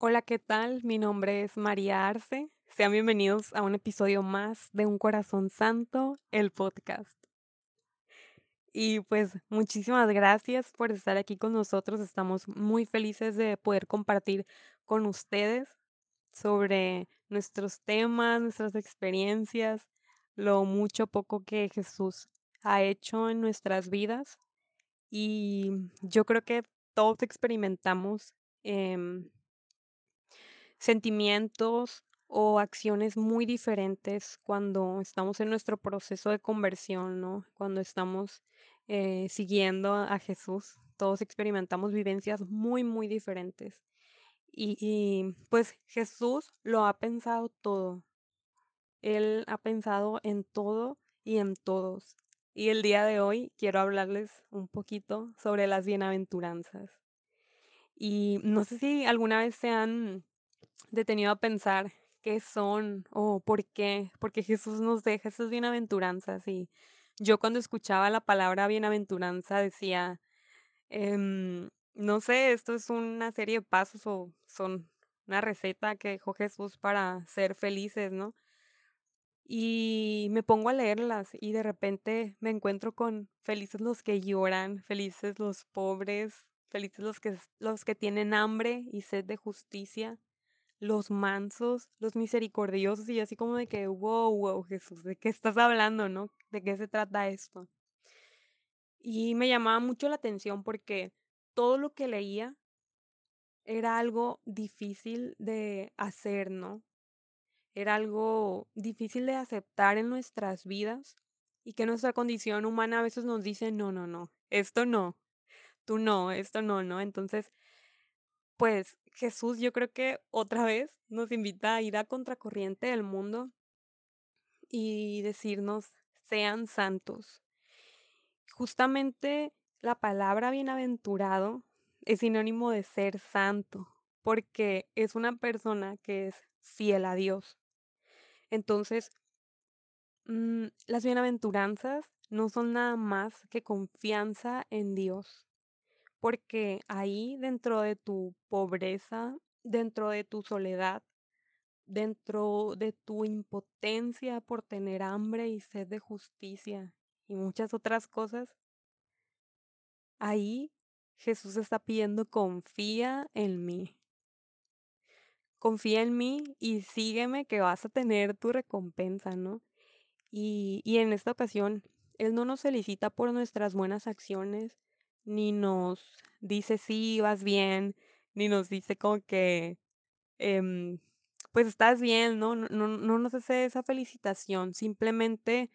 Hola, ¿qué tal? Mi nombre es María Arce. Sean bienvenidos a un episodio más de Un Corazón Santo, el podcast. Y pues muchísimas gracias por estar aquí con nosotros. Estamos muy felices de poder compartir con ustedes sobre nuestros temas, nuestras experiencias, lo mucho o poco que Jesús ha hecho en nuestras vidas. Y yo creo que todos experimentamos em, sentimientos o acciones muy diferentes cuando estamos en nuestro proceso de conversión, ¿no? Cuando estamos siguiendo a Jesús, todos experimentamos vivencias muy, muy diferentes. Pues Jesús lo ha pensado todo. Él ha pensado en todo y en todos. Y el día de hoy quiero hablarles un poquito sobre las bienaventuranzas. Y no sé si alguna vez se han detenido a pensar qué son o por qué Jesús nos deja esas bienaventuranzas. Y yo cuando escuchaba la palabra bienaventuranza decía, no sé, esto es una serie de pasos o son una receta que dejó Jesús para ser felices, ¿no? Y me pongo a leerlas y de repente me encuentro con felices los que lloran, felices los pobres, felices los que tienen hambre y sed de justicia, los mansos, los misericordiosos, y así como de que, wow, wow, Jesús, ¿de qué estás hablando, no? ¿De qué se trata esto? Y me llamaba mucho la atención porque todo lo que leía era algo difícil de hacer, ¿no? Era algo difícil de aceptar en nuestras vidas y que nuestra condición humana a veces nos dice, no, no, no, esto no, tú no, esto no, ¿no? Entonces, pues Jesús yo creo que otra vez nos invita a ir a contracorriente del mundo y decirnos, sean santos. Justamente la palabra bienaventurado es sinónimo de ser santo, porque es una persona que es fiel a Dios. Entonces, las bienaventuranzas no son nada más que confianza en Dios, porque ahí dentro de tu pobreza, dentro de tu soledad, dentro de tu impotencia por tener hambre y sed de justicia y muchas otras cosas, ahí Jesús está pidiendo confía en mí y sígueme que vas a tener tu recompensa, ¿no? Y en esta ocasión, Él no nos felicita por nuestras buenas acciones, ni nos dice sí, vas bien, ni nos dice como que em, pues estás bien, ¿no? No nos hace esa felicitación, simplemente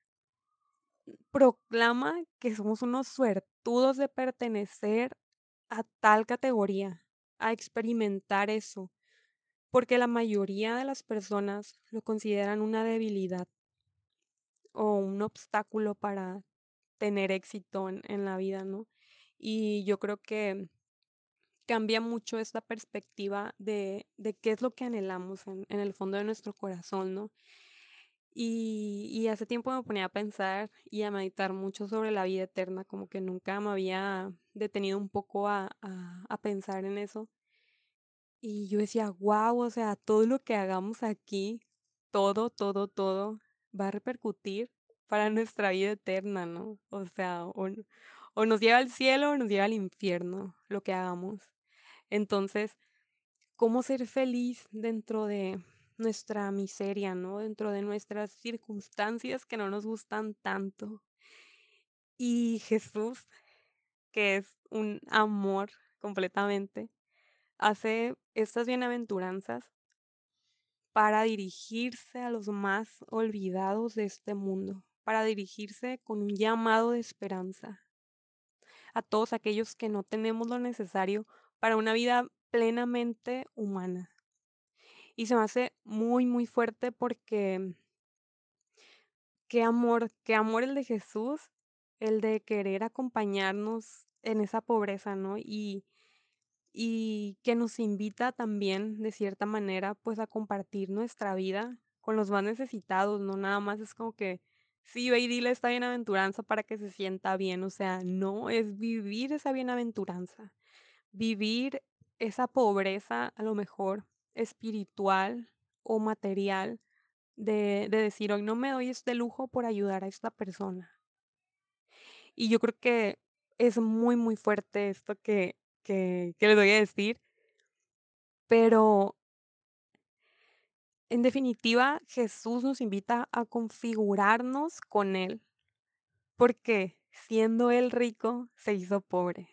proclama que somos unos suertudos de pertenecer a tal categoría, a experimentar eso, porque la mayoría de las personas lo consideran una debilidad o un obstáculo para tener éxito en la vida, ¿no? Y yo creo que cambia mucho esta perspectiva de qué es lo que anhelamos en el fondo de nuestro corazón, ¿no? Y hace tiempo me ponía a pensar y a meditar mucho sobre la vida eterna, como que nunca me había detenido un poco a pensar en eso. Y yo decía, wow, o sea, todo lo que hagamos aquí, todo va a repercutir para nuestra vida eterna, ¿no? O sea, o nos lleva al cielo o nos lleva al infierno, lo que hagamos. Entonces, ¿cómo ser feliz dentro de nuestra miseria, ¿no? Dentro de nuestras circunstancias que no nos gustan tanto. Y Jesús, que es un amor completamente, hace estas bienaventuranzas para dirigirse a los más olvidados de este mundo, para dirigirse con un llamado de esperanza a todos aquellos que no tenemos lo necesario para una vida plenamente humana. Y se me hace muy, muy fuerte porque qué amor el de Jesús, el de querer acompañarnos en esa pobreza, ¿no? Y que nos invita también, de cierta manera, pues a compartir nuestra vida con los más necesitados, no nada más es como que, sí, ve y dile esta bienaventuranza para que se sienta bien, o sea, no, es vivir esa bienaventuranza, vivir esa pobreza, a lo mejor espiritual o material, de decir: "Hoy no me doy este lujo por ayudar a esta persona". Y yo creo que es muy, muy fuerte esto que les voy a decir, pero en definitiva, Jesús nos invita a configurarnos con Él, porque siendo Él rico, se hizo pobre.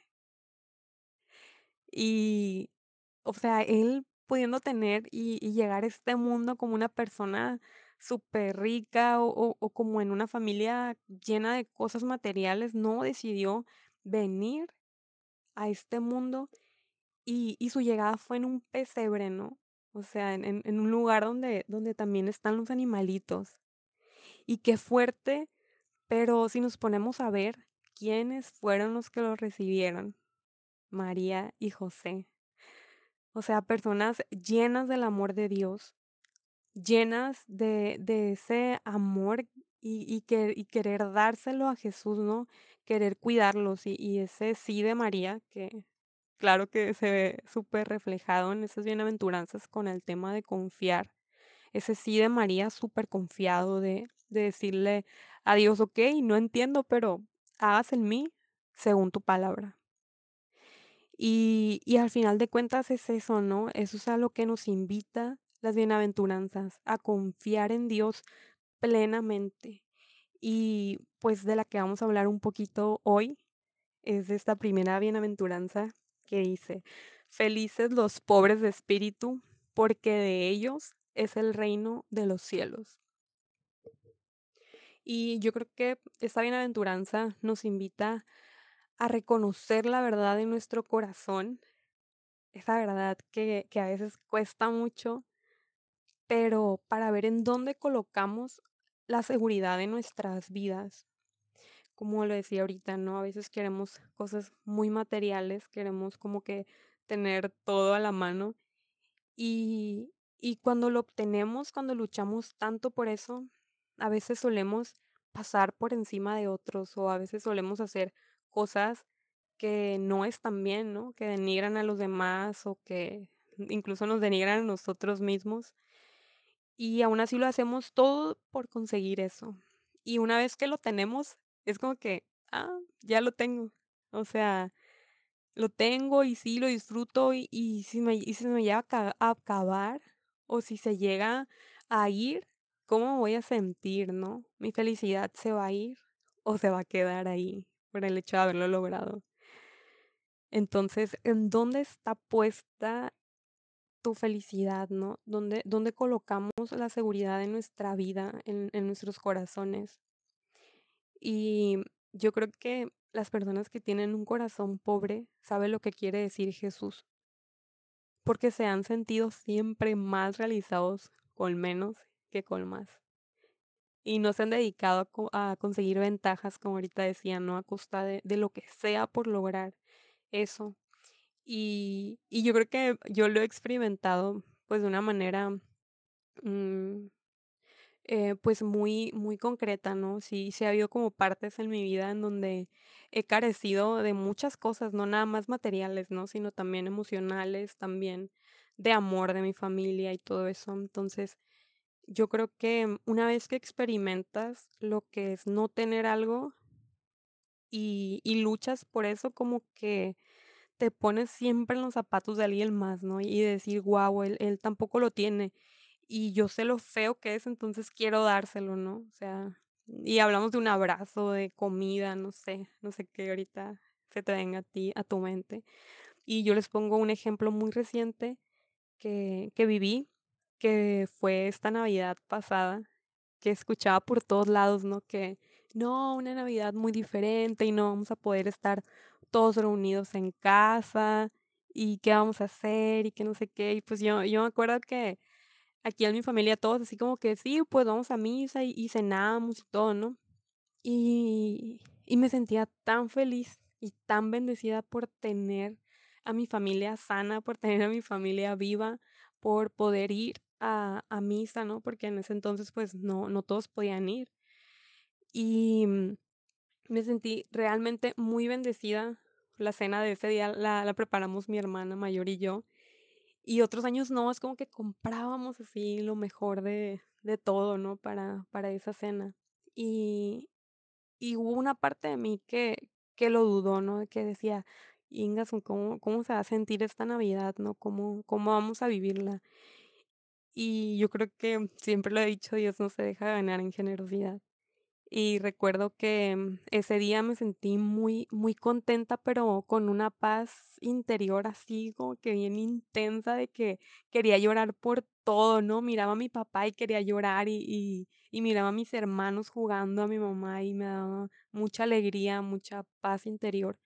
Y, o sea, Él pudiendo tener y llegar a este mundo como una persona súper rica o como en una familia llena de cosas materiales, no decidió venir a este mundo y su llegada fue en un pesebre, ¿no? O sea, en un lugar donde también están los animalitos. Y qué fuerte, pero si nos ponemos a ver quiénes fueron los que lo recibieron, María y José. O sea, personas llenas del amor de Dios, llenas de ese amor y querer dárselo a Jesús, ¿no? Querer cuidarlos y ese sí de María, que claro que se ve súper reflejado en esas bienaventuranzas con el tema de confiar. Ese sí de María súper confiado de decirle a Dios: "Okey, no entiendo, pero hágase en mí según tu palabra". Y al final de cuentas es eso, ¿no? Eso es a lo que nos invita las bienaventuranzas, a confiar en Dios plenamente. Y, pues, de la que vamos a hablar un poquito hoy es de esta primera bienaventuranza que dice: "Felices los pobres de espíritu, porque de ellos es el reino de los cielos". Y yo creo que esta bienaventuranza nos invita a reconocer la verdad en nuestro corazón, esa verdad que a veces cuesta mucho, pero para ver en dónde colocamos la seguridad de nuestras vidas. Como lo decía ahorita, ¿no? A veces queremos cosas muy materiales, queremos como que tener todo a la mano y cuando lo obtenemos, cuando luchamos tanto por eso, a veces solemos pasar por encima de otros o a veces solemos hacer cosas que no están bien, ¿no? Que denigran a los demás o que incluso nos denigran a nosotros mismos. Y aún así lo hacemos todo por conseguir eso. Y una vez que lo tenemos, es como que, ya lo tengo. O sea, lo tengo y sí, lo disfruto y si me llega a acabar o si se llega a ir, ¿cómo me voy a sentir, no? ¿Mi felicidad se va a ir o se va a quedar ahí por el hecho de haberlo logrado? Entonces, ¿en dónde está puesta tu felicidad, no? ¿Dónde colocamos la seguridad en nuestra vida, en nuestros corazones? Y yo creo que las personas que tienen un corazón pobre saben lo que quiere decir Jesús, porque se han sentido siempre más realizados con menos que con más. Y no se han dedicado a conseguir ventajas, como ahorita decía, ¿no? A costa de lo que sea por lograr eso. Y yo creo que yo lo he experimentado, pues, de una manera, mm, pues, muy muy concreta, ¿no? Sí ha habido como partes en mi vida en donde he carecido de muchas cosas, no nada más materiales, ¿no? Sino también emocionales, también de amor de mi familia y todo eso. Entonces, yo creo que una vez que experimentas lo que es no tener algo y luchas por eso, como que te pones siempre en los zapatos de alguien más, ¿no? Y decir: "Guau, él tampoco lo tiene, y yo sé lo feo que es, entonces quiero dárselo", ¿no? O sea, y hablamos de un abrazo, de comida, no sé qué ahorita se te venga a ti a tu mente. Y yo les pongo un ejemplo muy reciente que viví, que fue esta Navidad pasada, que escuchaba por todos lados, ¿no? Que no, una Navidad muy diferente y no vamos a poder estar todos reunidos en casa y qué vamos a hacer y que no sé qué. Y pues yo me acuerdo que aquí en mi familia todos así como que sí, pues vamos a misa y cenamos y todo, ¿no? Y me sentía tan feliz y tan bendecida por tener a mi familia sana, por tener a mi familia viva, por poder ir a misa, ¿no? Porque en ese entonces, pues, no todos podían ir. Y, me sentí realmente muy bendecida, La cena de ese día la preparamos mi hermana mayor y yo, y otros años no, es como que comprábamos así lo mejor de todo, ¿no? Para esa cena. Y y hubo una parte de mí que lo dudó, ¿no? De que decía: "Íngasu, ¿cómo se va a sentir esta Navidad, no? ¿Cómo vamos a vivirla?". Y yo creo que siempre lo he dicho, Dios no se deja ganar en generosidad. Y recuerdo que, ese día me sentí muy muy contenta, pero con una paz interior así como que bien intensa de que quería llorar por todo, ¿no? Miraba a mi papá y quería llorar y miraba a mis hermanos jugando, a mi mamá y me daba mucha alegría, mucha paz interior.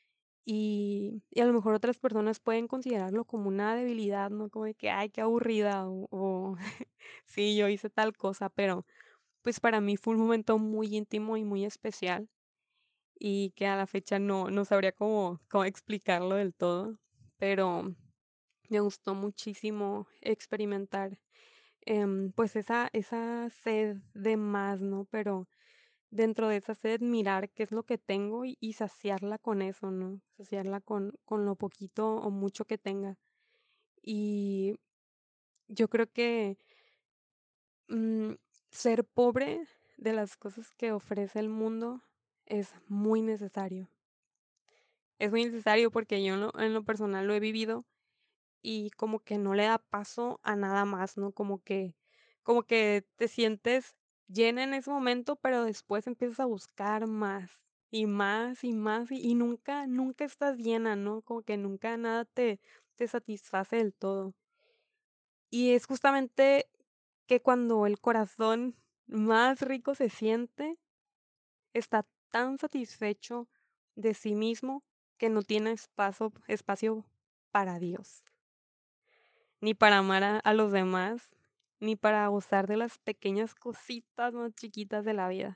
Y a lo mejor otras personas pueden considerarlo como una debilidad, ¿no? Como de que: "Ay, qué aburrida", o "Sí, yo hice tal cosa", pero pues para mí fue un momento muy íntimo y muy especial y que a la fecha no sabría cómo explicarlo del todo, pero me gustó muchísimo experimentar, pues esa sed de más, ¿no? Pero dentro de esa sed mirar qué es lo que tengo y saciarla con eso, ¿no? Saciarla con lo poquito o mucho que tenga. Y yo creo que Mm, ser pobre de las cosas que ofrece el mundo es muy necesario. Es muy necesario porque yo en lo personal lo he vivido y como que no le da paso a nada más, ¿no? Como que te sientes llena en ese momento, pero después empiezas a buscar más y más y más y nunca estás llena, ¿no? Como que nunca nada te satisface del todo. Y es justamente que cuando el corazón más rico se siente, está tan satisfecho de sí mismo que no tiene espacio para Dios, ni para amar a los demás, ni para gozar de las pequeñas cositas más chiquitas de la vida.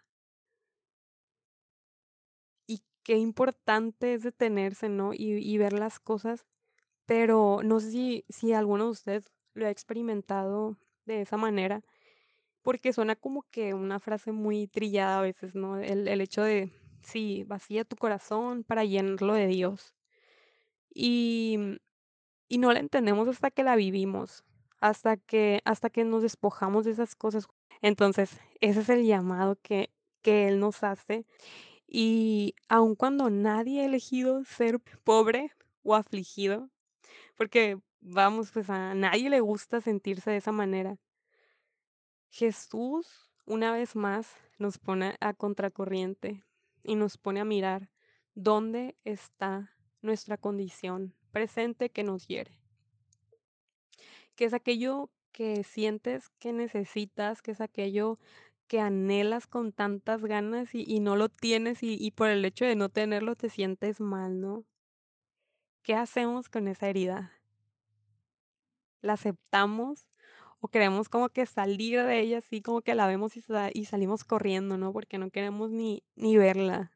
Y qué importante es detenerse, ¿no? Y ver las cosas, pero no sé si alguno de ustedes lo ha experimentado de esa manera. Porque suena como que una frase muy trillada a veces, ¿no? El hecho de, sí, vacía tu corazón para llenarlo de Dios. Y, y no la entendemos hasta que la vivimos, hasta que nos despojamos de esas cosas. Entonces, ese es el llamado que Él nos hace. Y aun cuando nadie ha elegido ser pobre o afligido, porque vamos, pues a nadie le gusta sentirse de esa manera. Jesús, una vez más, nos pone a contracorriente y nos pone a mirar dónde está nuestra condición presente que nos hiere, que es aquello que sientes que necesitas, que es aquello que anhelas con tantas ganas y no lo tienes y por el hecho de no tenerlo te sientes mal, ¿no? ¿Qué hacemos con esa herida? ¿La aceptamos o queremos como que salir de ella, así como que la vemos y salimos corriendo, ¿no? Porque no queremos ni verla.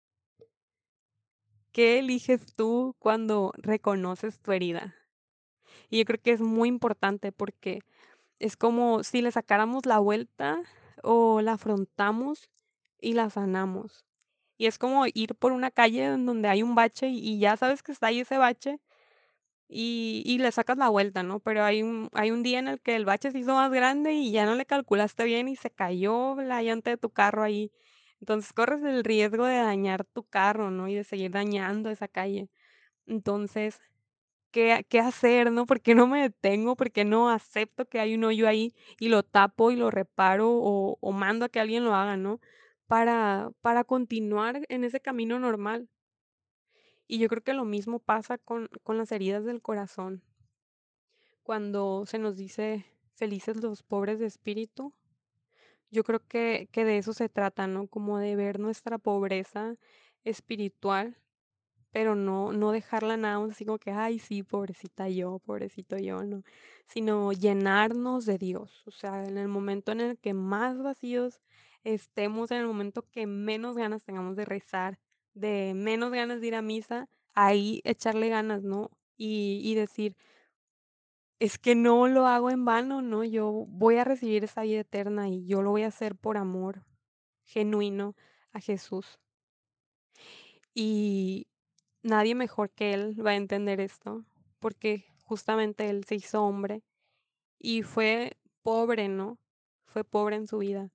¿Qué eliges tú cuando reconoces tu herida? Y yo creo que es muy importante porque es como si le sacáramos la vuelta o la afrontamos y la sanamos. Y es como ir por una calle en donde hay un bache y ya sabes que está ahí ese bache y le sacas la vuelta, ¿no? Pero hay un día en el que el bache se hizo más grande y ya no le calculaste bien y se cayó la llanta de tu carro ahí. Entonces corres el riesgo de dañar tu carro, ¿no? Y de seguir dañando esa calle. Entonces, ¿qué hacer, no? ¿Por qué no me detengo? ¿Por qué no acepto que hay un hoyo ahí y lo tapo y lo reparo o mando a que alguien lo haga, ¿no? Para continuar en ese camino normal. Y yo creo que lo mismo pasa con las heridas del corazón. Cuando se nos dice felices los pobres de espíritu, yo creo que de eso se trata, ¿no? Como de ver nuestra pobreza espiritual, pero no dejarla nada más así como que, ay, sí, pobrecita yo, pobrecito yo, no, sino llenarnos de Dios. O sea, en el momento en el que más vacíos estemos, en el momento que menos ganas tengamos de rezar, de menos ganas de ir a misa, ahí echarle ganas, ¿no? Y decir, es que no lo hago en vano, ¿no? Yo voy a recibir esa vida eterna y yo lo voy a hacer por amor genuino a Jesús. Y nadie mejor que él va a entender esto, porque justamente él se hizo hombre y fue pobre, ¿no? Fue pobre en su vida.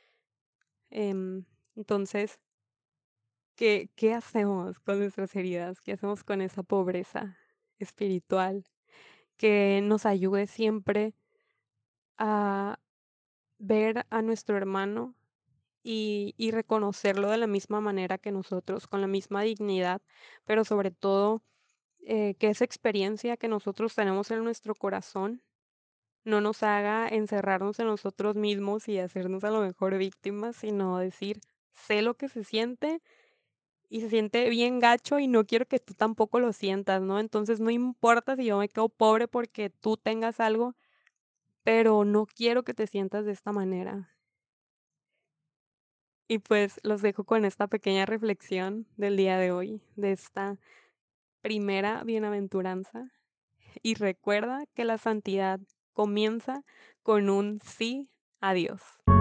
Entonces, ¿qué hacemos con nuestras heridas? ¿Qué hacemos con esa pobreza espiritual? Que nos ayude siempre a ver a nuestro hermano y reconocerlo de la misma manera que nosotros, con la misma dignidad, pero sobre todo que esa experiencia que nosotros tenemos en nuestro corazón no nos haga encerrarnos en nosotros mismos y hacernos a lo mejor víctimas, sino decir, sé lo que se siente y se siente bien gacho y no quiero que tú tampoco lo sientas, ¿no? Entonces no importa si yo me quedo pobre porque tú tengas algo, pero no quiero que te sientas de esta manera. Y pues los dejo con esta pequeña reflexión del día de hoy, de esta primera bienaventuranza. Y recuerda que la santidad comienza con un sí a Dios.